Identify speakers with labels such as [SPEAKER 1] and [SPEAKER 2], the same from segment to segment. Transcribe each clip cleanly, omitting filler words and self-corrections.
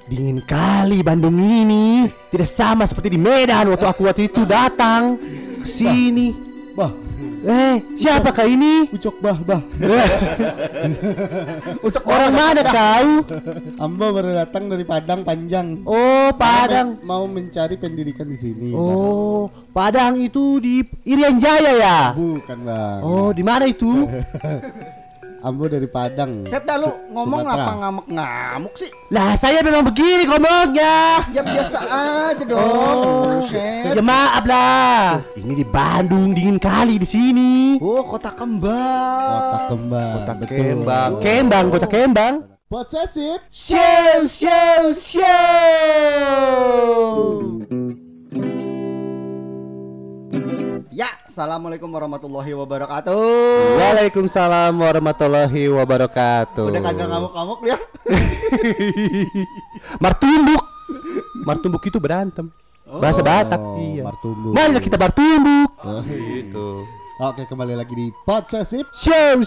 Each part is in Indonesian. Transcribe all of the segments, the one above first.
[SPEAKER 1] Dingin kali Bandung ini. Tidak sama seperti di Medan waktu itu datang ke sini.
[SPEAKER 2] Bah,
[SPEAKER 1] Siapakah ini?
[SPEAKER 2] Ucok bah.
[SPEAKER 1] Ucok orang mana kau?
[SPEAKER 2] Ambo baru datang dari Padang Panjang.
[SPEAKER 1] Oh, Padang.
[SPEAKER 2] Mau mencari pendidikan di sini.
[SPEAKER 1] Oh, Padang itu di Irian Jaya ya?
[SPEAKER 2] Bukan, Bang.
[SPEAKER 1] Oh, di mana itu?
[SPEAKER 2] Ambo dari Padang.
[SPEAKER 3] Set dah lu ngomong
[SPEAKER 2] Sumatera.
[SPEAKER 3] apa ngamuk-ngamuk sih?
[SPEAKER 1] Lah, saya memang begini ngomongnya.
[SPEAKER 3] Ya biasa aja dong. Set.
[SPEAKER 1] Ya maaf lah. Ini di Bandung dingin kali di sini.
[SPEAKER 3] Oh, kota kembang.
[SPEAKER 2] Kota Kembang. Betul.
[SPEAKER 1] Kota Kembang.
[SPEAKER 2] Posesif.
[SPEAKER 1] Show.
[SPEAKER 3] Ya, assalamualaikum warahmatullahi wabarakatuh.
[SPEAKER 1] Waalaikumsalam warahmatullahi wabarakatuh.
[SPEAKER 3] Udah kagak ngamuk-ngamuk ya?
[SPEAKER 1] Martumbuk itu berantem. Bahasa Batak. Iya.
[SPEAKER 2] Martumbuk.
[SPEAKER 1] Marilah kita bertumbuk.
[SPEAKER 2] Oh,
[SPEAKER 1] Gitu.
[SPEAKER 2] Oke, kembali lagi di Posesif.
[SPEAKER 1] Show.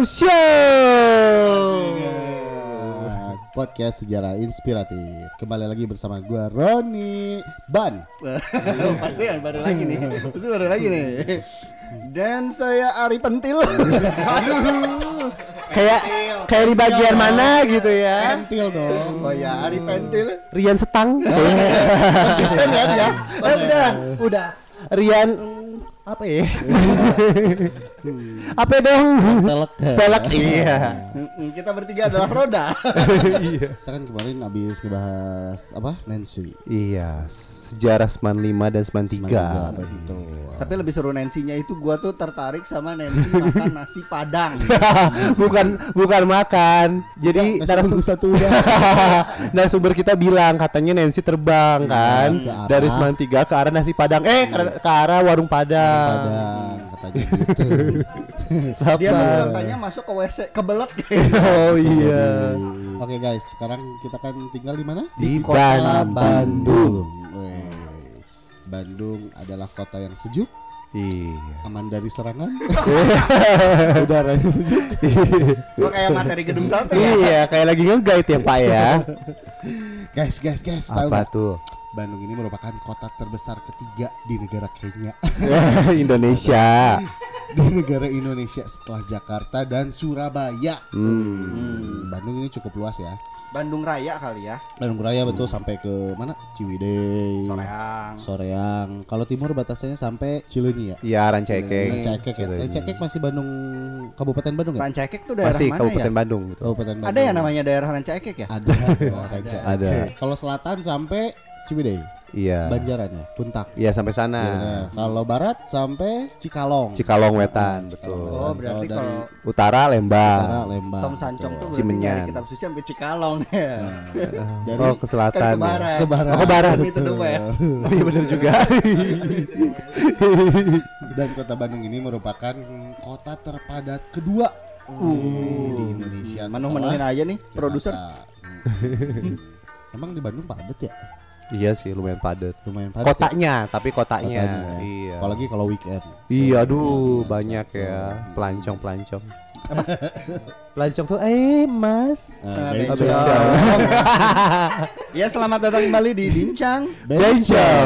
[SPEAKER 2] Podcast sejarah inspiratif. Kembali lagi bersama gua Roni Ban.
[SPEAKER 3] Pasti kan baru lagi nih. Dan saya Ari Pentil. Aduh.
[SPEAKER 1] Kayak di bagian mana gitu ya?
[SPEAKER 2] Pentil dong.
[SPEAKER 3] Oh ya, Ari Pentil.
[SPEAKER 1] Rian Setang.
[SPEAKER 3] Konsisten ya dia.
[SPEAKER 1] Udah. Rian apa ya? Apa dong? Pelek. Iya.
[SPEAKER 3] Kita bertiga adalah roda.
[SPEAKER 2] Kita kan kemarin habis ngebahas apa? Nancy.
[SPEAKER 1] Iya, sejarah Seman 5 dan Seman 3.
[SPEAKER 2] Betul.
[SPEAKER 3] Tapi lebih seru Nancy-nya itu gua tuh tertarik sama Nancy makan nasi Padang.
[SPEAKER 1] bukan makan. Jadi narasumber kita bilang katanya Nancy terbang kan
[SPEAKER 2] ke arah-
[SPEAKER 1] dari Seman 3 ke arah nasi Padang. Ke arah warung Padang.
[SPEAKER 2] Katanya gitu.
[SPEAKER 3] Dia tuh katanya masuk ke WC kebelet.
[SPEAKER 1] Oh iya.
[SPEAKER 2] Oke guys, sekarang kita kan tinggal di mana?
[SPEAKER 1] Di
[SPEAKER 2] kota
[SPEAKER 1] Bandung.
[SPEAKER 2] Weh. Bandung adalah kota yang sejuk,
[SPEAKER 1] Iya.
[SPEAKER 2] aman dari serangan. Udaranya sejuk.
[SPEAKER 3] Gua kayak materi gedung sate ya.
[SPEAKER 1] Iya, kayak lagi nge-guide ya Pak ya.
[SPEAKER 2] Guys, tahu
[SPEAKER 1] Apa
[SPEAKER 2] nggak?
[SPEAKER 1] tuh?
[SPEAKER 2] Bandung ini merupakan kota terbesar ketiga di negara Kenya.
[SPEAKER 1] Indonesia.
[SPEAKER 2] Di negara Indonesia setelah Jakarta dan Surabaya. Bandung ini cukup luas ya.
[SPEAKER 3] Bandung Raya kali ya.
[SPEAKER 2] Bandung Raya betul sampai ke mana? Ciwidey,
[SPEAKER 3] Soreang.
[SPEAKER 2] Kalau timur batasannya sampai Cileunyi ya.
[SPEAKER 1] Iya, Rancakek.
[SPEAKER 2] Rancakek ya. Rancakek masih Bandung, Kabupaten Bandung ya?
[SPEAKER 3] Rancakek tuh daerah
[SPEAKER 1] Masih
[SPEAKER 3] mana
[SPEAKER 1] Kabupaten
[SPEAKER 3] ya?
[SPEAKER 1] Bandung gitu.
[SPEAKER 2] Kabupaten Bandung.
[SPEAKER 3] Ada ya namanya daerah Rancakek ya?
[SPEAKER 2] Ada. Rancakek.
[SPEAKER 1] Ada.
[SPEAKER 2] Kalau selatan sampai Ciwidey,
[SPEAKER 1] Iya.
[SPEAKER 2] Banjaran ya, Puntak.
[SPEAKER 1] Iya, sampai sana.
[SPEAKER 2] Iya benar. Kalau barat sampai Cikalong.
[SPEAKER 1] Cikalong Wetan,
[SPEAKER 2] Cikalong
[SPEAKER 1] betul.
[SPEAKER 2] Wetan.
[SPEAKER 3] Oh, berarti
[SPEAKER 2] dari
[SPEAKER 3] kalau
[SPEAKER 1] Utara Lembang.
[SPEAKER 2] utara Lembang.
[SPEAKER 3] Tom Sancong tuh berarti
[SPEAKER 1] Cimenyan.
[SPEAKER 3] dari kitab suci sampai Cikalong ya.
[SPEAKER 2] Dari
[SPEAKER 1] Oh, ke selatan.
[SPEAKER 3] Kan ke
[SPEAKER 1] ya.
[SPEAKER 3] barat.
[SPEAKER 2] Ke barat.
[SPEAKER 1] Oh, ke barat.
[SPEAKER 3] Itu the west.
[SPEAKER 1] Iya benar juga.
[SPEAKER 2] Dan kota Bandung ini merupakan kota terpadat kedua di Indonesia.
[SPEAKER 3] Menuhin aja nih produser.
[SPEAKER 2] Emang di Bandung padat ya?
[SPEAKER 1] Iya sih, lumayan padat.
[SPEAKER 2] Lumayan padat.
[SPEAKER 1] Kotanya, tapi kotanya.
[SPEAKER 2] ya?
[SPEAKER 1] Iya.
[SPEAKER 2] Apalagi kalau weekend.
[SPEAKER 1] Iya, aduh,
[SPEAKER 2] Biasa.
[SPEAKER 1] banyak ya pelancong. Pelancong tuh, Mas.
[SPEAKER 2] Bencong.
[SPEAKER 3] Ya, selamat datang kembali di Bincang.
[SPEAKER 1] Bencong.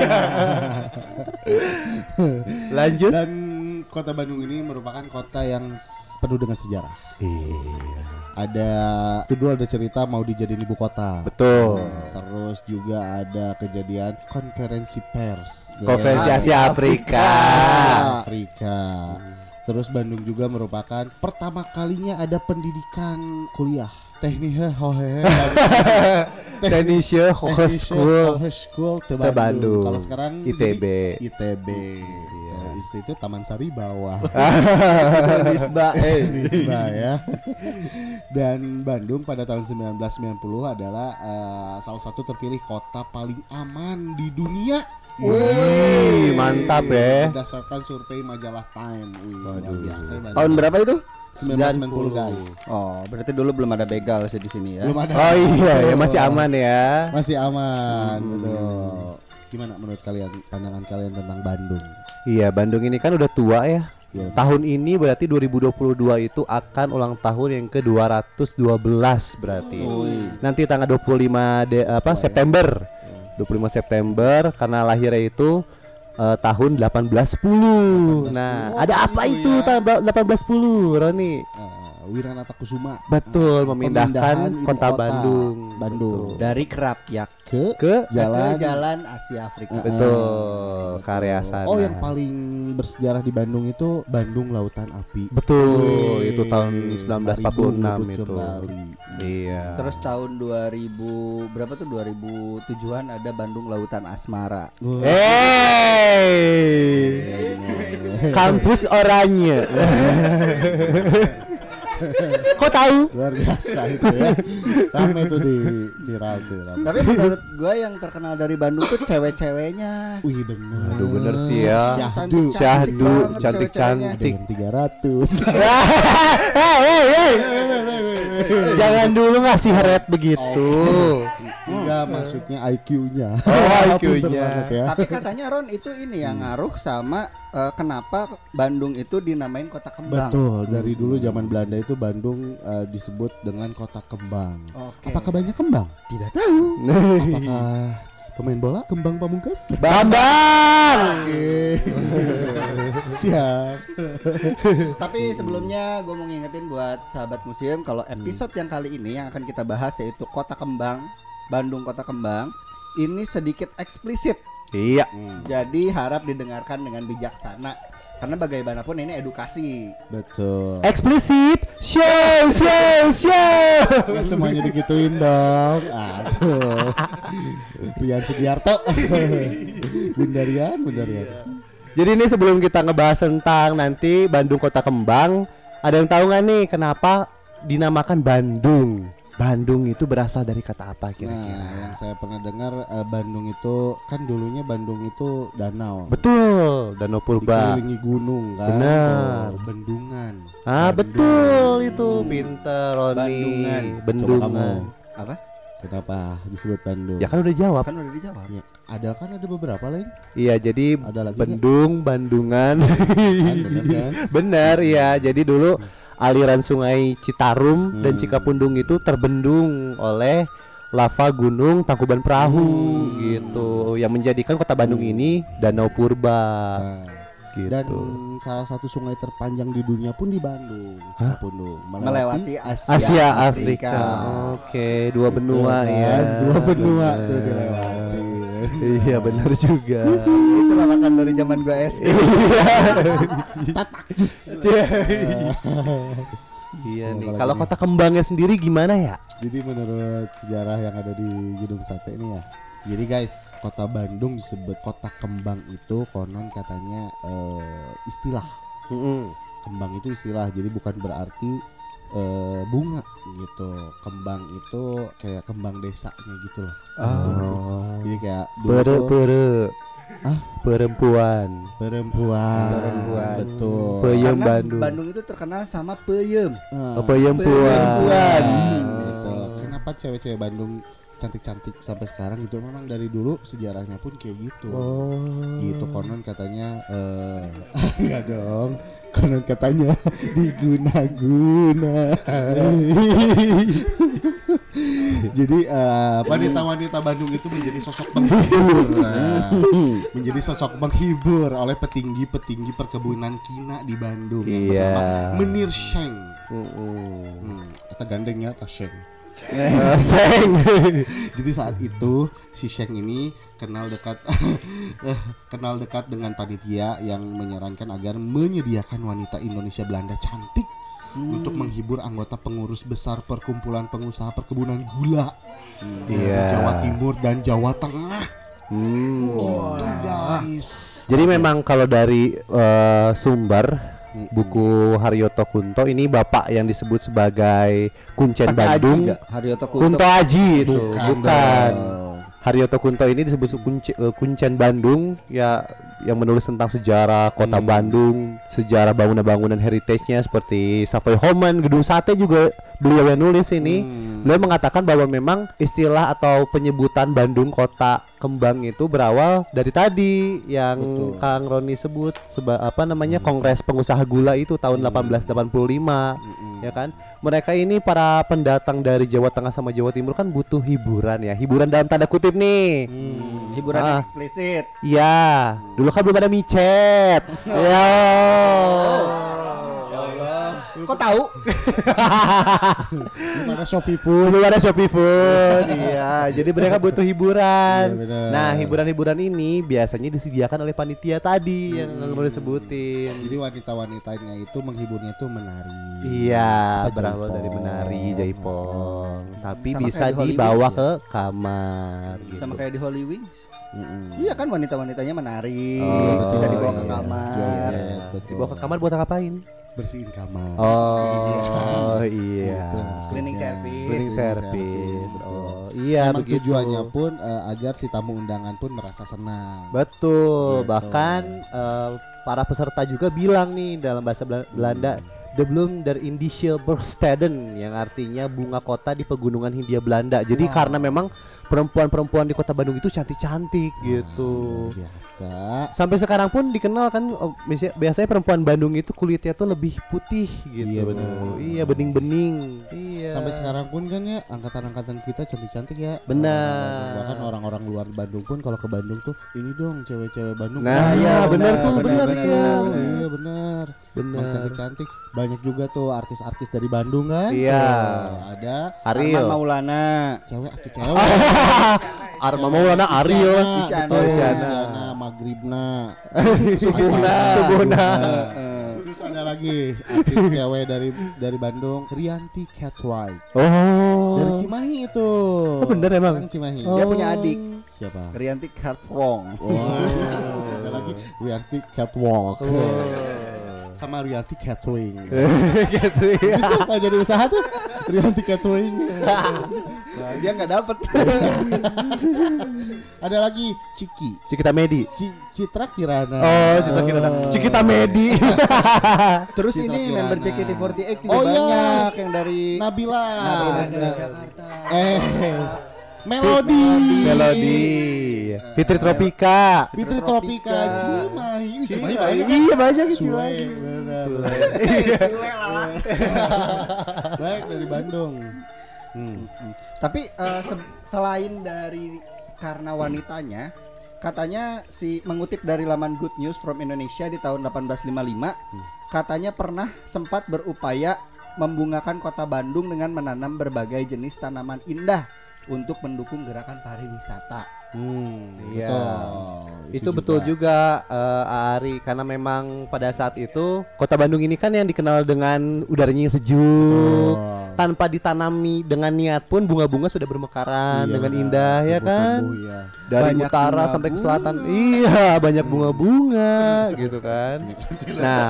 [SPEAKER 1] Lanjut.
[SPEAKER 2] Dan kota Bandung ini merupakan kota yang penuh dengan sejarah.
[SPEAKER 1] Iya.
[SPEAKER 2] Dulu ada cerita mau dijadiin ibu kota.
[SPEAKER 1] Betul.
[SPEAKER 2] Terus juga ada kejadian konferensi pers.
[SPEAKER 1] Konferensi Asia Afrika.
[SPEAKER 2] Afrika. Terus Bandung juga merupakan pertama kalinya ada pendidikan kuliah. Teknik
[SPEAKER 1] Indonesia
[SPEAKER 2] School te
[SPEAKER 1] Te Bandung.
[SPEAKER 2] Kalau sekarang
[SPEAKER 1] ITB.
[SPEAKER 2] jadi ITB. Itu Taman Sari bawah.
[SPEAKER 3] Disba.
[SPEAKER 2] Disba ya. Dan Bandung pada tahun 1990 adalah salah satu terpilih kota paling aman di dunia.
[SPEAKER 1] Wih, mantap ya.
[SPEAKER 2] Berdasarkan survei majalah Time. Luar biasa.
[SPEAKER 3] Tahun berapa itu?
[SPEAKER 2] 1990 guys.
[SPEAKER 3] Oh, berarti dulu belum ada begal sih di sini ya.
[SPEAKER 2] Belum ada.
[SPEAKER 1] Oh iya, ya masih aman ya.
[SPEAKER 2] Masih aman, betul. Gimana menurut kalian, pandangan kalian tentang Bandung?
[SPEAKER 1] Iya, Bandung ini kan udah tua ya.
[SPEAKER 2] Ya.
[SPEAKER 1] Tahun ini berarti 2022 itu akan ulang tahun yang ke-212 berarti. Nanti tanggal 25 September. 25 September karena lahirnya itu tahun 1810. Nah, ada apa itu tahun 1810, Roni?
[SPEAKER 2] Wiranata Kusuma.
[SPEAKER 1] Betul, memindahkan
[SPEAKER 2] ibu
[SPEAKER 1] kota
[SPEAKER 2] kota
[SPEAKER 1] Bandung.
[SPEAKER 2] Bandung.
[SPEAKER 3] Dari Krapyak
[SPEAKER 2] ke
[SPEAKER 3] jalan Asia Afrika.
[SPEAKER 1] Betul, karya sana.
[SPEAKER 2] Oh, yang paling bersejarah di Bandung itu Bandung Lautan Api.
[SPEAKER 1] Betul, itu tahun 1946
[SPEAKER 2] ngebut
[SPEAKER 1] itu.
[SPEAKER 2] kembali.
[SPEAKER 1] Iya.
[SPEAKER 3] Terus tahun 2000 berapa tuh 2007-an ada Bandung Lautan Asmara.
[SPEAKER 1] Kampus oranye. Kok tahu?
[SPEAKER 2] Luar biasa itu ya. Ramai tuh di viral tuh.
[SPEAKER 3] Tapi menurut gue yang terkenal dari Bandung tuh cewek-ceweknya.
[SPEAKER 2] Wih, bener.
[SPEAKER 1] Aduh, bener sih ya.
[SPEAKER 3] Syahdu,
[SPEAKER 1] cantik-cantik.
[SPEAKER 2] Dengan 300.
[SPEAKER 1] Jangan dulu ngasih rate begitu.
[SPEAKER 2] Enggak, maksudnya IQ-nya.
[SPEAKER 1] Oh,
[SPEAKER 2] Pinter
[SPEAKER 1] IQ-nya.
[SPEAKER 2] banget ya.
[SPEAKER 3] Tapi katanya Ron itu ini yang ngaruh sama kenapa Bandung itu dinamain kota kembang.
[SPEAKER 2] Betul, dari dulu zaman Belanda itu Bandung disebut dengan kota kembang.
[SPEAKER 3] Oke.
[SPEAKER 2] Apakah banyak kembang? Tidak tahu. Apakah pemain bola kembang pamungkas?
[SPEAKER 1] Bambang.
[SPEAKER 2] Oke. Siap.
[SPEAKER 3] Tapi sebelumnya gue mau ngingetin buat sahabat museum kalau episode yang kali ini yang akan kita bahas yaitu Kota Kembang, Bandung Kota Kembang, ini sedikit eksplisit.
[SPEAKER 1] Iya.
[SPEAKER 3] Jadi harap didengarkan dengan bijaksana karena bagaimanapun ini edukasi.
[SPEAKER 2] Betul.
[SPEAKER 1] Eksplisit. Show.
[SPEAKER 2] Nggak semuanya digituin dong. Aduh. Rian Sugiarto. Bundarian.
[SPEAKER 1] Jadi ini sebelum kita ngebahas tentang nanti Bandung Kota Kembang, ada yang tahu nggak nih kenapa dinamakan Bandung? Bandung itu berasal dari kata apa kira-kira?
[SPEAKER 2] Nah, yang saya pernah dengar Bandung itu kan dulunya Bandung itu danau.
[SPEAKER 1] Betul, Danau Purba.
[SPEAKER 2] Dikelilingi gunung kan.
[SPEAKER 1] Benar.
[SPEAKER 2] Oh, bendungan.
[SPEAKER 1] Ah,
[SPEAKER 2] Bandung.
[SPEAKER 1] betul itu, pinter Roni.
[SPEAKER 3] Bandungan.
[SPEAKER 2] Coba kamu.
[SPEAKER 3] Apa?
[SPEAKER 2] Kenapa disebut Bandung?
[SPEAKER 1] Ya kan udah jawab.
[SPEAKER 3] Kan udah dijawab.
[SPEAKER 2] Ya, ada beberapa lain.
[SPEAKER 1] Iya, jadi
[SPEAKER 2] Ada lagi
[SPEAKER 1] Bendung, Bandungan.
[SPEAKER 2] Kan, bener kan?
[SPEAKER 1] Benar, ya. Jadi dulu aliran Sungai Citarum dan Cikapundung itu terbendung oleh lava gunung Tangkuban Perahu gitu, yang menjadikan kota Bandung ini Danau Purba.
[SPEAKER 2] Nah,
[SPEAKER 1] Gitu.
[SPEAKER 2] dan salah satu sungai terpanjang di dunia pun di Bandung, Cikapundung,
[SPEAKER 3] Melewati
[SPEAKER 1] Asia Afrika. Oke, dua benua
[SPEAKER 2] Betul
[SPEAKER 1] ya.
[SPEAKER 2] kan? Dua benua
[SPEAKER 1] Benar.
[SPEAKER 2] tuh dilewati.
[SPEAKER 1] Iya, benar juga.
[SPEAKER 3] Itu lawakan dari zaman gue SD.
[SPEAKER 1] Iya nih.
[SPEAKER 2] Apalagi
[SPEAKER 1] Kalau
[SPEAKER 2] nih?
[SPEAKER 1] kota kembangnya sendiri gimana ya?
[SPEAKER 2] Jadi menurut sejarah yang ada di Gedung Sate ini ya. Jadi guys, kota Bandung disebut kota kembang itu konon katanya istilah. Kembang itu istilah, jadi bukan berarti bunga gitu. Kembang itu kayak kembang desanya gitu loh. Jadi kayak dulu tuh
[SPEAKER 1] Perempuan.
[SPEAKER 2] betul.
[SPEAKER 1] Peyem
[SPEAKER 3] Karena
[SPEAKER 1] Bandung.
[SPEAKER 3] Bandung itu terkenal sama peyem.
[SPEAKER 1] Perempuan.
[SPEAKER 2] Gitu. Kenapa cewek-cewek Bandung cantik-cantik sampai sekarang gitu? Memang dari dulu sejarahnya pun kayak gitu. Gitu konon katanya enggak dong. Konon katanya diguna-guna. Jadi wanita-wanita Bandung itu menjadi sosok menghibur. Menjadi sosok menghibur oleh petinggi-petinggi perkebunan kina di Bandung yang
[SPEAKER 1] Iya.
[SPEAKER 2] bernama Menir Sheng. Kata gandengnya kata Sheng.
[SPEAKER 1] Seng.
[SPEAKER 2] Jadi saat itu si Sheng ini kenal dekat dengan panitia yang menyarankan agar menyediakan wanita Indonesia Belanda cantik untuk menghibur anggota pengurus besar perkumpulan pengusaha perkebunan gula di Jawa Timur dan Jawa Tengah. Gitu guys.
[SPEAKER 1] Jadi memang kalau dari sumber buku Haryoto Kunto ini bapak yang disebut sebagai Kuncen Bandung.
[SPEAKER 3] Haryoto
[SPEAKER 1] Kunto Aji itu, bukan.
[SPEAKER 2] dong.
[SPEAKER 1] Haryoto Kunto ini disebut Kuncen Bandung ya, yang menulis tentang sejarah kota Bandung, sejarah bangunan-bangunan heritage-nya seperti Savoy Homan, Gedung Sate juga beliau yang nulis ini, beliau mengatakan bahwa memang istilah atau penyebutan Bandung kota kembang itu berawal dari tadi yang Kang Roni sebut Kongres Pengusaha Gula itu tahun 1885 ya kan. Mereka ini para pendatang dari Jawa Tengah sama Jawa Timur kan butuh hiburan ya, hiburan dalam tanda kutip nih.
[SPEAKER 3] Hiburan yang eksplisit.
[SPEAKER 1] Iya, dulu kan belum ada micet. Ya.
[SPEAKER 3] Kok tahu?
[SPEAKER 2] Belum ada Shopee Food.
[SPEAKER 1] Belum ada Shopee Food. Iya, jadi mereka butuh hiburan.
[SPEAKER 2] Iya,
[SPEAKER 1] Nah, hiburan-hiburan ini biasanya disediakan oleh panitia tadi yang udah disebutin.
[SPEAKER 2] Jadi wanita-wanitanya itu menghiburnya itu menari.
[SPEAKER 1] Iya,
[SPEAKER 2] Apa,
[SPEAKER 1] berawal
[SPEAKER 2] jaipong.
[SPEAKER 1] dari menari jaipong. Tapi
[SPEAKER 3] Sama
[SPEAKER 1] bisa
[SPEAKER 3] kayak di Holy
[SPEAKER 1] dibawa
[SPEAKER 3] Wings
[SPEAKER 1] ke kamar gitu.
[SPEAKER 3] Sama kayak di Holy Wings. Iya kan wanita-wanitanya menari,
[SPEAKER 1] Oh,
[SPEAKER 3] bisa dibawa ke
[SPEAKER 1] iya.
[SPEAKER 3] kamar.
[SPEAKER 2] Joget, betul.
[SPEAKER 1] Dibawa ke kamar buat ngapain?
[SPEAKER 2] Bersihin kamar.
[SPEAKER 1] Oh, iya.
[SPEAKER 3] Cleaning service.
[SPEAKER 1] Cleaning service. Oh, iya
[SPEAKER 2] Memang
[SPEAKER 1] begitu.
[SPEAKER 2] tujuannya pun agar si tamu undangan pun merasa senang.
[SPEAKER 1] Betul.
[SPEAKER 2] Gitu.
[SPEAKER 1] Bahkan para peserta juga bilang nih dalam bahasa Belanda De Bloem der Indische Bergsteden, yang artinya bunga kota di pegunungan Hindia Belanda. Jadi karena memang perempuan-perempuan di kota Bandung itu cantik-cantik gitu.
[SPEAKER 2] Luar biasa.
[SPEAKER 1] Sampai sekarang pun dikenal kan biasanya perempuan Bandung itu kulitnya tuh lebih putih gitu.
[SPEAKER 2] Iya, benar.
[SPEAKER 1] Iya, bening-bening. Iya.
[SPEAKER 2] Sampai sekarang pun kan ya angkatan-angkatan kita cantik-cantik ya.
[SPEAKER 1] Benar.
[SPEAKER 2] Bahkan orang-orang luar Bandung pun kalau ke Bandung tuh ini dong cewek-cewek Bandung.
[SPEAKER 1] Nah, iya benar tuh, benar ya.
[SPEAKER 2] Iya benar. Emang
[SPEAKER 1] Benar.
[SPEAKER 2] cantik-cantik. Banyak juga tuh artis-artis dari Bandung kan.
[SPEAKER 1] Iya.
[SPEAKER 2] Ada
[SPEAKER 1] Ariel.
[SPEAKER 3] Arman Maulana.
[SPEAKER 2] cewek atau cewek.
[SPEAKER 1] Arma Maulana Ariel.
[SPEAKER 3] Isyana.
[SPEAKER 2] Betul,
[SPEAKER 1] Isyana.
[SPEAKER 2] Isyana, Maghribna,
[SPEAKER 1] Subuhna.
[SPEAKER 2] Asana,
[SPEAKER 1] Subuhna.
[SPEAKER 2] Terus ada lagi artis cewek dari Bandung, Rianti Cartwright.
[SPEAKER 1] Oh.
[SPEAKER 2] Dari Cimahi itu.
[SPEAKER 1] Oh, bener emang?
[SPEAKER 2] Orang Cimahi.
[SPEAKER 3] Dia punya adik,
[SPEAKER 2] Siapa?
[SPEAKER 3] Rianti Cartwrong.
[SPEAKER 2] Wah, ada lagi Rianti Catwalk. Sama Rianti Catering.
[SPEAKER 1] Gitu ya.
[SPEAKER 2] Bisa apa jadi usaha tuh? Rianti Catering.
[SPEAKER 3] Dia nggak dapet.
[SPEAKER 2] Ada lagi Ciki.
[SPEAKER 1] Cikita Medi.
[SPEAKER 2] Citra Kirana.
[SPEAKER 1] Oh, Cikita Kirana. Cikita Medi.
[SPEAKER 3] Terus
[SPEAKER 2] Citra
[SPEAKER 3] ini
[SPEAKER 2] Kirana.
[SPEAKER 3] member JKT48 juga
[SPEAKER 2] Oh, iya.
[SPEAKER 3] banyak yang dari
[SPEAKER 2] Nabila.
[SPEAKER 3] dari Jakarta.
[SPEAKER 2] Melody.
[SPEAKER 1] Melody. Fitri Tropika.
[SPEAKER 2] Fitri Tropika. Cimahi. Cimahi
[SPEAKER 1] Iya,
[SPEAKER 2] banyak.
[SPEAKER 1] iya banyak itu
[SPEAKER 2] Sule.
[SPEAKER 1] lagi.
[SPEAKER 2] Benar. Baik dari Bandung.
[SPEAKER 3] Tapi selain dari karena wanitanya, katanya mengutip dari laman Good News from Indonesia di tahun 1855, katanya pernah sempat berupaya membungakan kota Bandung dengan menanam berbagai jenis tanaman indah untuk mendukung gerakan pariwisata.
[SPEAKER 1] Iya.
[SPEAKER 2] Betul.
[SPEAKER 1] Itu betul juga Ari, karena memang pada saat itu kota Bandung ini kan yang dikenal dengan udaranya yang sejuk, tanpa ditanami dengan niat pun bunga-bunga sudah bermekaran
[SPEAKER 2] Iya,
[SPEAKER 1] dengan
[SPEAKER 2] benar.
[SPEAKER 1] indah ya kan.
[SPEAKER 2] Tumbuh-tumbuh, ya.
[SPEAKER 1] Dari
[SPEAKER 3] Banyak
[SPEAKER 1] utara
[SPEAKER 3] bunga-bunga.
[SPEAKER 1] sampai ke selatan. Iya, banyak bunga-bunga gitu kan. Nah,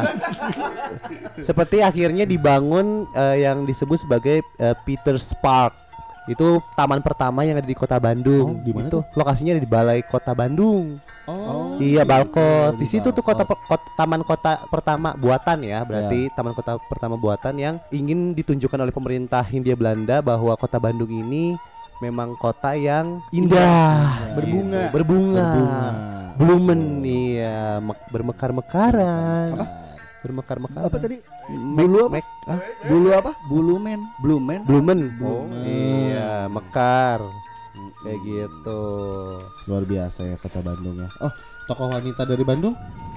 [SPEAKER 1] seperti akhirnya dibangun yang disebut sebagai Peter's Park. Itu taman pertama yang ada di kota Bandung.
[SPEAKER 2] Oh, di mana
[SPEAKER 1] Itu lokasinya di Balai Kota Bandung.
[SPEAKER 2] Oh.
[SPEAKER 1] Iya, Balkot.
[SPEAKER 2] di
[SPEAKER 1] Di situ tuh
[SPEAKER 2] Balkot.
[SPEAKER 1] taman kota pertama buatan ya, berarti taman kota pertama buatan yang ingin ditunjukkan oleh pemerintah Hindia Belanda bahwa kota Bandung ini memang kota yang indah,
[SPEAKER 3] Berbunga.
[SPEAKER 1] gitu, berbunga, blumen iya, bermekar-mekaran, bermekar-mekaran.
[SPEAKER 3] Apa tadi?
[SPEAKER 1] Bulu apa?
[SPEAKER 3] Bulu apa? Blumen. Blumen.
[SPEAKER 1] Blumen. Oh, iya, mekar. Kayak gitu.
[SPEAKER 2] Luar biasa ya kota Bandung ya. Oh, tokoh wanita dari Bandung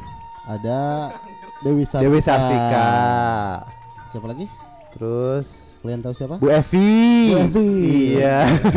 [SPEAKER 2] ada Dewi Sartika.
[SPEAKER 1] Dewi Sartika.
[SPEAKER 2] Siapa lagi?
[SPEAKER 1] Terus
[SPEAKER 2] Kalian tahu siapa?
[SPEAKER 1] Bu Evi.
[SPEAKER 2] Bu Evi.
[SPEAKER 1] Iya.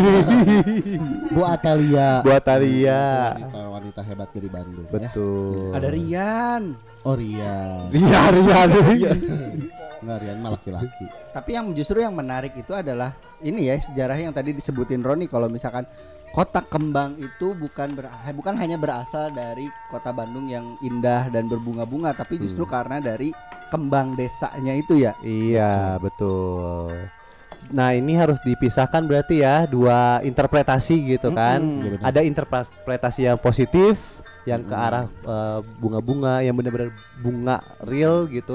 [SPEAKER 2] Bu Atalia.
[SPEAKER 1] Bu Atalia.
[SPEAKER 2] Wanita hebat dari Bandung. Ya.
[SPEAKER 1] Betul.
[SPEAKER 3] Ada Rian.
[SPEAKER 2] Oh Rian.
[SPEAKER 1] Rian.
[SPEAKER 2] Enggak, Rian mah laki-laki.
[SPEAKER 3] Tapi yang justru yang menarik itu adalah ini ya, sejarah yang tadi disebutin Roni, kalau misalkan kota kembang itu bukan hanya berasal dari kota Bandung yang indah dan berbunga-bunga, tapi justru karena dari kembang desanya itu ya.
[SPEAKER 1] Iya, betul. Nah, ini harus dipisahkan berarti ya, dua interpretasi gitu kan.
[SPEAKER 2] Iya, benar.
[SPEAKER 1] Ada interpretasi yang positif yang ke arah bunga-bunga yang benar-benar bunga real gitu.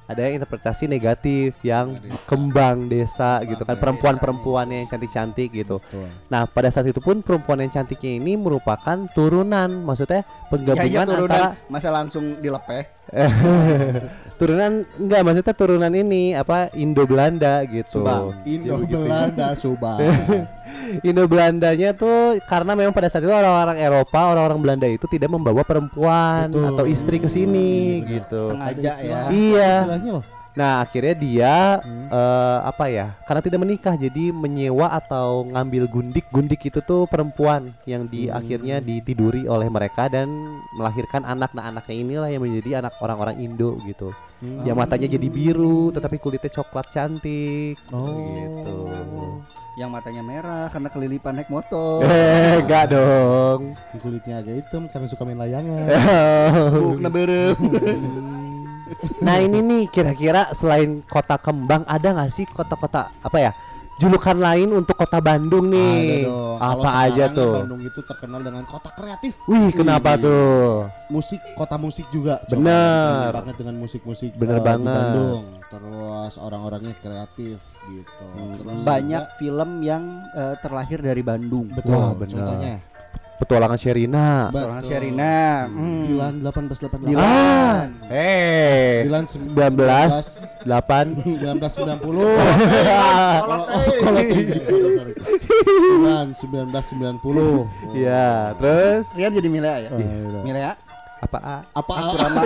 [SPEAKER 1] ada yang interpretasi negatif yang kembang desa gitu kan, perempuan-perempuannya yang cantik-cantik gitu.
[SPEAKER 2] Betul.
[SPEAKER 1] Nah, pada saat itu pun perempuan yang cantiknya ini merupakan turunan, maksudnya penggabungan antara
[SPEAKER 3] masa langsung dilepeh.
[SPEAKER 1] turunan enggak, maksudnya turunan ini apa Indo Belanda gitu.
[SPEAKER 2] Indo Belanda Subang.
[SPEAKER 1] Indo Belandanya tuh karena memang pada saat itu orang-orang Eropa, orang-orang Belanda itu tidak membawa perempuan atau istri ke sini gitu.
[SPEAKER 3] Sengaja ya.
[SPEAKER 1] Iya.
[SPEAKER 2] Istilahnya loh.
[SPEAKER 1] Nah, akhirnya dia apa ya? Karena tidak menikah jadi menyewa atau ngambil gundik itu tuh perempuan yang akhirnya ditiduri oleh mereka dan melahirkan anak. Nah, anaknya inilah yang menjadi anak orang-orang Indo gitu. Yang matanya jadi biru tetapi kulitnya coklat cantik. Gitu.
[SPEAKER 3] Yang matanya merah karena kelilipan naik motor.
[SPEAKER 1] Enggak dong.
[SPEAKER 2] Kulitnya agak hitam karena suka main layangan.
[SPEAKER 3] Bukna berem.
[SPEAKER 1] Nah, ini nih kira-kira selain kota kembang ada nggak sih kota-kota apa ya, julukan lain untuk kota Bandung nih?
[SPEAKER 2] Ada dong.
[SPEAKER 1] Apa
[SPEAKER 2] Kalau
[SPEAKER 1] aja
[SPEAKER 2] sekarang
[SPEAKER 1] tuh?
[SPEAKER 2] Bandung itu terkenal dengan kota kreatif.
[SPEAKER 1] Wih, kenapa tuh?
[SPEAKER 2] Musik, kota musik juga.
[SPEAKER 1] Bener.
[SPEAKER 2] Coba, banget dengan musik-musik.
[SPEAKER 1] Bener
[SPEAKER 2] di
[SPEAKER 1] banget.
[SPEAKER 2] Bandung. Terus orang-orangnya kreatif gitu. Terus
[SPEAKER 3] Banyak
[SPEAKER 2] juga,
[SPEAKER 3] film yang terlahir dari Bandung.
[SPEAKER 2] betul.
[SPEAKER 1] Wah, bener.
[SPEAKER 2] Contohnya
[SPEAKER 1] Petualangan Sherina.
[SPEAKER 3] Orang
[SPEAKER 2] betul.
[SPEAKER 3] Sherina.
[SPEAKER 2] Dilan 1888.
[SPEAKER 1] Ah,
[SPEAKER 2] Dilan
[SPEAKER 1] 19 8
[SPEAKER 2] 1990. Sorry. Dilan 1990.
[SPEAKER 1] ya, terus
[SPEAKER 3] Rian jadi Milea ya?
[SPEAKER 2] Iya.
[SPEAKER 3] Milea?
[SPEAKER 1] apa?
[SPEAKER 2] Apa?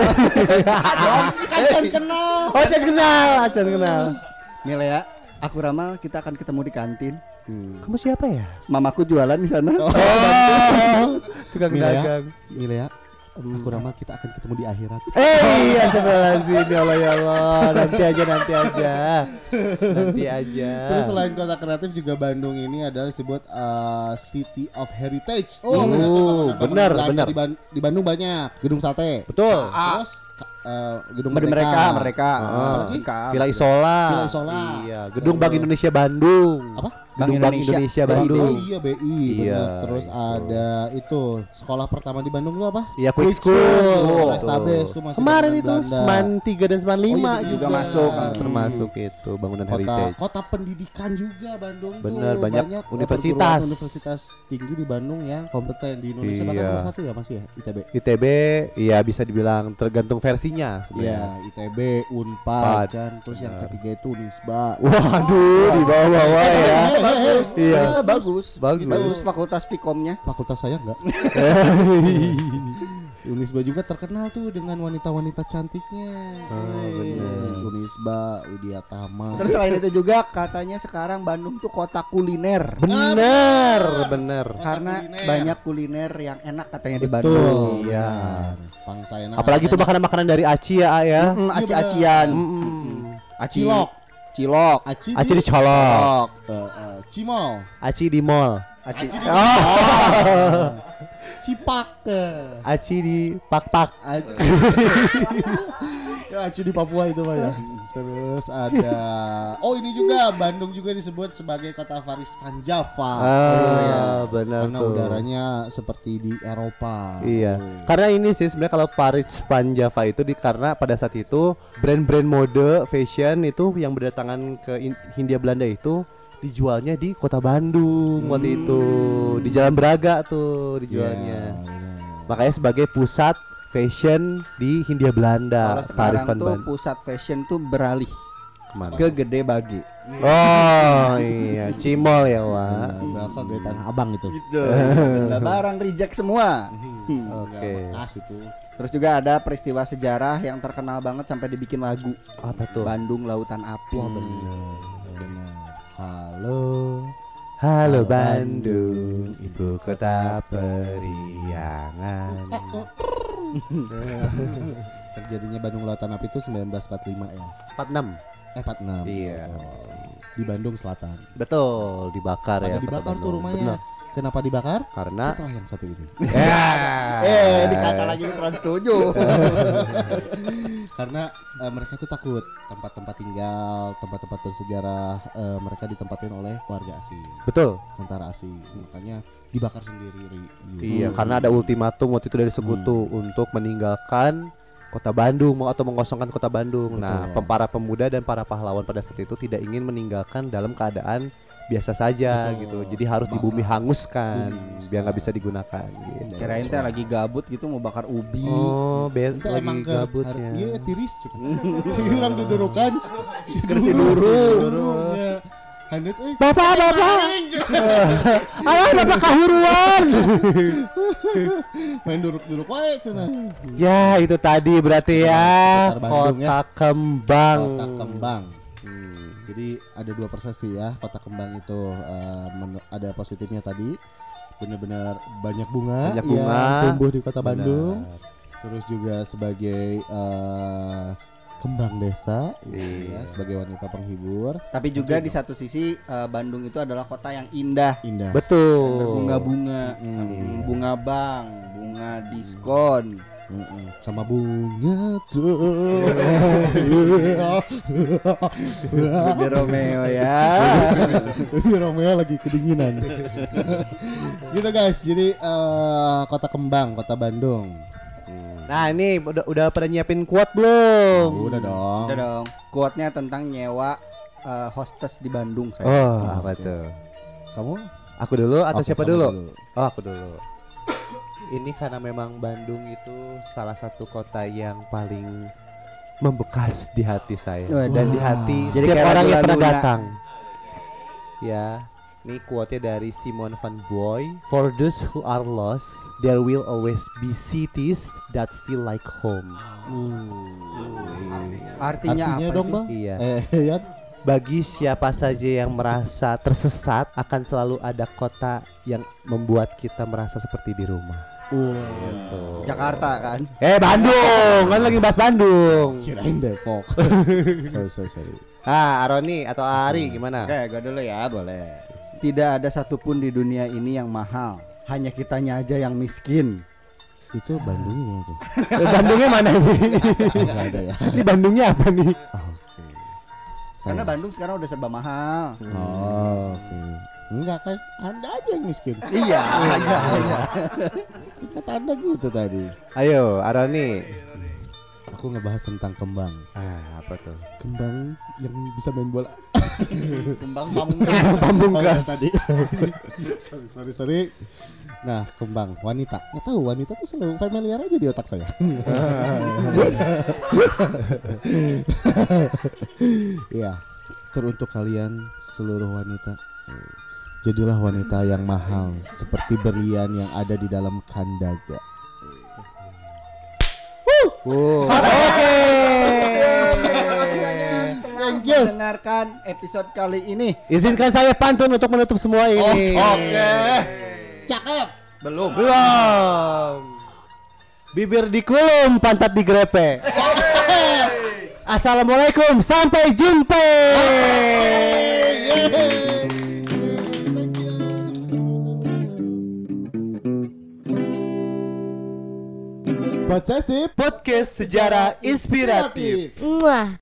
[SPEAKER 3] Kan kenal.
[SPEAKER 1] Oh, Acan kenal.
[SPEAKER 3] Milea, aku ramal kita akan ketemu di kantin.
[SPEAKER 1] Kamu siapa ya?
[SPEAKER 3] Mamaku jualan di sana.
[SPEAKER 1] Tukang
[SPEAKER 2] Milea,
[SPEAKER 1] dagang.
[SPEAKER 2] Milea, aku ramal kita akan ketemu di akhirat.
[SPEAKER 1] Iya, astagfirullahaladzim, ya Allah ya Allah. Nanti aja.
[SPEAKER 2] Terus selain kota kreatif juga Bandung ini adalah disebut City of Heritage.
[SPEAKER 1] benar.
[SPEAKER 2] Di Bandung banyak gedung sate.
[SPEAKER 1] Betul.
[SPEAKER 2] Terus gedung
[SPEAKER 3] mereka.
[SPEAKER 2] Apalagi?
[SPEAKER 1] Villa Isola.
[SPEAKER 2] Villa Isola.
[SPEAKER 1] Iya, Gedung Bank Indonesia Bandung.
[SPEAKER 2] Apa?
[SPEAKER 1] Gedung Bank Indonesia Bandung.
[SPEAKER 2] Oh, iya BI.
[SPEAKER 1] Iya,
[SPEAKER 2] Benar. Terus
[SPEAKER 1] itu.
[SPEAKER 2] ada itu sekolah pertama di Bandung tuh apa?
[SPEAKER 1] Iya, Quick School.
[SPEAKER 2] Estabes tuh masih
[SPEAKER 1] Kemarin
[SPEAKER 2] bangunan
[SPEAKER 1] itu
[SPEAKER 2] Belanda.
[SPEAKER 1] Seman 3 dan Seman 5
[SPEAKER 2] Oh, iya,
[SPEAKER 1] juga
[SPEAKER 3] masuk.
[SPEAKER 1] termasuk itu bangunan heritage.
[SPEAKER 2] Kota pendidikan juga Bandung
[SPEAKER 1] Bener,
[SPEAKER 2] tuh.
[SPEAKER 1] banyak universitas.
[SPEAKER 2] perguruan universitas tinggi di Bandung yang kompeten di Indonesia bahkan
[SPEAKER 1] Iya.
[SPEAKER 2] nomor 1 ya masih ya ITB.
[SPEAKER 1] ITB ya bisa dibilang tergantung versinya sebenarnya.
[SPEAKER 2] Iya, ITB, Unpad kan. Terus yang ketiga itu Unisba.
[SPEAKER 1] Waduh, di bawah-bawah ya.
[SPEAKER 3] Bagus.
[SPEAKER 1] Iya.
[SPEAKER 3] Bagus.
[SPEAKER 1] Bagus.
[SPEAKER 3] Fakultas Fikomnya.
[SPEAKER 2] Fakultas saya enggak. Unisba juga terkenal tuh dengan wanita-wanita cantiknya.
[SPEAKER 1] bener.
[SPEAKER 2] Unisba, Widyatama.
[SPEAKER 3] Terus selain itu juga katanya sekarang Bandung tuh kota kuliner.
[SPEAKER 1] Bener.
[SPEAKER 3] Karena
[SPEAKER 2] kuliner.
[SPEAKER 3] banyak kuliner yang enak katanya di
[SPEAKER 2] Betul.
[SPEAKER 3] Bandung.
[SPEAKER 1] Iya.
[SPEAKER 2] Pangsa enak.
[SPEAKER 1] Apalagi tuh makanan-makanan dari Aci ya, A, ya.
[SPEAKER 3] Aci-acian.
[SPEAKER 2] Cilok.
[SPEAKER 3] Cilok.
[SPEAKER 2] Aci,
[SPEAKER 1] Aci dicolok.
[SPEAKER 2] Cimol.
[SPEAKER 1] Aci di mall.
[SPEAKER 3] Aci.
[SPEAKER 2] Cipak.
[SPEAKER 1] Aci di pak-pak.
[SPEAKER 2] Ya, Aci di Papua itu Pak ya. Terus ada ini juga Bandung juga disebut sebagai kota Faris Panjava.
[SPEAKER 1] Benar
[SPEAKER 2] Karena
[SPEAKER 1] tuh.
[SPEAKER 2] udaranya seperti di Eropa.
[SPEAKER 1] Iya. Karena ini sih sebenarnya kalau Paris Panjava itu karena pada saat itu brand-brand mode fashion itu yang berdatangan ke Hindia Belanda itu dijualnya di kota Bandung waktu itu, di Jalan Braga tuh dijualnya. Makanya sebagai pusat fashion di Hindia Belanda.
[SPEAKER 3] Kalau
[SPEAKER 1] Paris
[SPEAKER 3] sekarang tuh
[SPEAKER 1] Bandung.
[SPEAKER 3] pusat fashion tuh beralih
[SPEAKER 1] Kemana?
[SPEAKER 3] ke Gede Bage.
[SPEAKER 1] Oh iya, Cimol ya Wak.
[SPEAKER 2] Berasal dari Tanah Abang itu.
[SPEAKER 3] Gitu. Barang reject semua.
[SPEAKER 1] Oke.
[SPEAKER 2] Bekas itu.
[SPEAKER 3] Terus juga ada peristiwa sejarah yang terkenal banget sampai dibikin lagu.
[SPEAKER 1] Apa tuh?
[SPEAKER 3] Bandung Lautan Api.
[SPEAKER 2] Benar.
[SPEAKER 1] Halo Bandung, ibu kota periangan.
[SPEAKER 2] Terjadinya Bandung Lautan Api itu 1945 ya.
[SPEAKER 1] 46.
[SPEAKER 2] 46.
[SPEAKER 1] Iya.
[SPEAKER 2] Betul. Di Bandung Selatan.
[SPEAKER 1] Betul, dibakar ya.
[SPEAKER 2] Pada
[SPEAKER 1] kota
[SPEAKER 2] dibakar tuh
[SPEAKER 1] Bandung.
[SPEAKER 2] rumahnya.
[SPEAKER 1] Bener.
[SPEAKER 2] Kenapa dibakar?
[SPEAKER 1] Karena
[SPEAKER 2] Setelah yang satu ini.
[SPEAKER 3] Dikata lagi di Trans 7.
[SPEAKER 2] Karena mereka tuh takut tempat-tempat tinggal, tempat-tempat bersejarah mereka ditempatin oleh warga asing,
[SPEAKER 1] betul.
[SPEAKER 2] tentara asing. Makanya dibakar sendiri. Gitu.
[SPEAKER 1] Iya, karena ada ultimatum waktu itu dari sekutu untuk meninggalkan kota Bandung atau mengosongkan kota Bandung. Nah, para pemuda dan para pahlawan pada saat itu tidak ingin meninggalkan dalam keadaan biasa saja gitu. Jadi harus di bumi hanguskan biar nggak bisa digunakan gitu.
[SPEAKER 3] Kirain teh lagi gabut gitu mau bakar ubi.
[SPEAKER 1] Oh,
[SPEAKER 2] Ente
[SPEAKER 1] lagi
[SPEAKER 2] emang
[SPEAKER 1] gabut ya.
[SPEAKER 2] Iya tiris cina. Orang dudurukan.
[SPEAKER 3] Si Duru.
[SPEAKER 2] Ya. Handut
[SPEAKER 1] Bapak. Alah bapak kahuruan.
[SPEAKER 2] main duruk-duruk wae cina.
[SPEAKER 1] Ya, itu tadi berarti ya
[SPEAKER 2] Kota Bandung
[SPEAKER 1] Kota Kembang.
[SPEAKER 2] Kota Kembang. Jadi ada 2 persepsi ya, Kota Kembang itu ada positifnya tadi, benar-benar banyak bunga,
[SPEAKER 1] Banyak bunga.
[SPEAKER 2] yang tumbuh di Kota
[SPEAKER 1] Benar.
[SPEAKER 2] Bandung. Terus juga sebagai kembang desa,
[SPEAKER 1] Iya.
[SPEAKER 2] ya, sebagai wanita penghibur.
[SPEAKER 3] Tapi juga di satu sisi Bandung itu adalah kota yang indah.
[SPEAKER 2] Indah.
[SPEAKER 1] Betul.
[SPEAKER 3] Bunga-bunga, bunga bank, bunga diskon.
[SPEAKER 2] Sama bunga tuh.
[SPEAKER 3] Baby Romeo ya.
[SPEAKER 2] Baby Romeo lagi kedinginan. Gitu guys. Jadi Kota Kembang, Kota Bandung.
[SPEAKER 1] Nah, ini udah pada nyiapin quote belum?
[SPEAKER 2] Udah dong.
[SPEAKER 3] Udah dong. Quote-nya tentang nyewa hostess di Bandung saya.
[SPEAKER 1] Oh, apa tuh?
[SPEAKER 2] Kamu?
[SPEAKER 1] Aku dulu atau
[SPEAKER 2] Oke,
[SPEAKER 1] siapa
[SPEAKER 2] kamu
[SPEAKER 1] dulu? Oh, aku dulu. Ini karena memang Bandung itu salah satu kota yang paling membekas di hati saya dan di hati
[SPEAKER 3] Jadi
[SPEAKER 1] setiap
[SPEAKER 3] kayak
[SPEAKER 1] orang yang pernah
[SPEAKER 3] lagu-lagu
[SPEAKER 1] datang. Ya, ini quote-nya dari Simon van Boy. For those who are lost, there will always be cities that feel like home.
[SPEAKER 3] Artinya apa
[SPEAKER 2] dong
[SPEAKER 3] sih?
[SPEAKER 2] bang?
[SPEAKER 1] Iya.
[SPEAKER 2] Ya.
[SPEAKER 1] Bagi siapa saja yang merasa tersesat, akan selalu ada kota yang membuat kita merasa seperti di rumah.
[SPEAKER 3] Jakarta kan.
[SPEAKER 1] Bandung, kan lagi bahas Bandung.
[SPEAKER 2] Kirain Depok. sorry.
[SPEAKER 1] Aroni atau Ari gimana?
[SPEAKER 3] Oke, gue dulu ya, boleh. Tidak ada satupun di dunia ini yang mahal. Hanya kitanya aja yang miskin.
[SPEAKER 2] Itu Bandungnya mana tuh?
[SPEAKER 1] Bandungnya mana nih?
[SPEAKER 2] Nggak ada ya.
[SPEAKER 1] Ini Bandungnya apa nih?
[SPEAKER 2] Oke.
[SPEAKER 3] Karena Bandung sekarang udah serba mahal.
[SPEAKER 2] Oke. Enggak kan? Anda aja yang miskin.
[SPEAKER 3] Iya.
[SPEAKER 2] Kata Anda gitu tadi.
[SPEAKER 1] Ayo, Aroni.
[SPEAKER 2] Aku ngebahas tentang kembang.
[SPEAKER 1] Apa tuh?
[SPEAKER 2] Kembang yang bisa main bola.
[SPEAKER 3] Kembang pamungkas.
[SPEAKER 2] Oh, tadi. sorry. Nah, kembang wanita. Nggak tahu, wanita tuh selalu familiar aja di otak saya. Ya, teruntuk kalian seluruh wanita. Jadilah wanita yang mahal seperti berlian yang ada di dalam kandaga.
[SPEAKER 3] Oke. Thank you. Mendengarkan episode kali ini.
[SPEAKER 1] Izinkan saya pantun untuk menutup semua ini.
[SPEAKER 3] Oke.
[SPEAKER 2] Cakep.
[SPEAKER 3] Belum.
[SPEAKER 1] Bibir dikulum, pantat digrepe. Assalamualaikum, sampai jumpa.
[SPEAKER 2] Posesif
[SPEAKER 1] Podcast sejarah inspiratif.
[SPEAKER 4] Muah.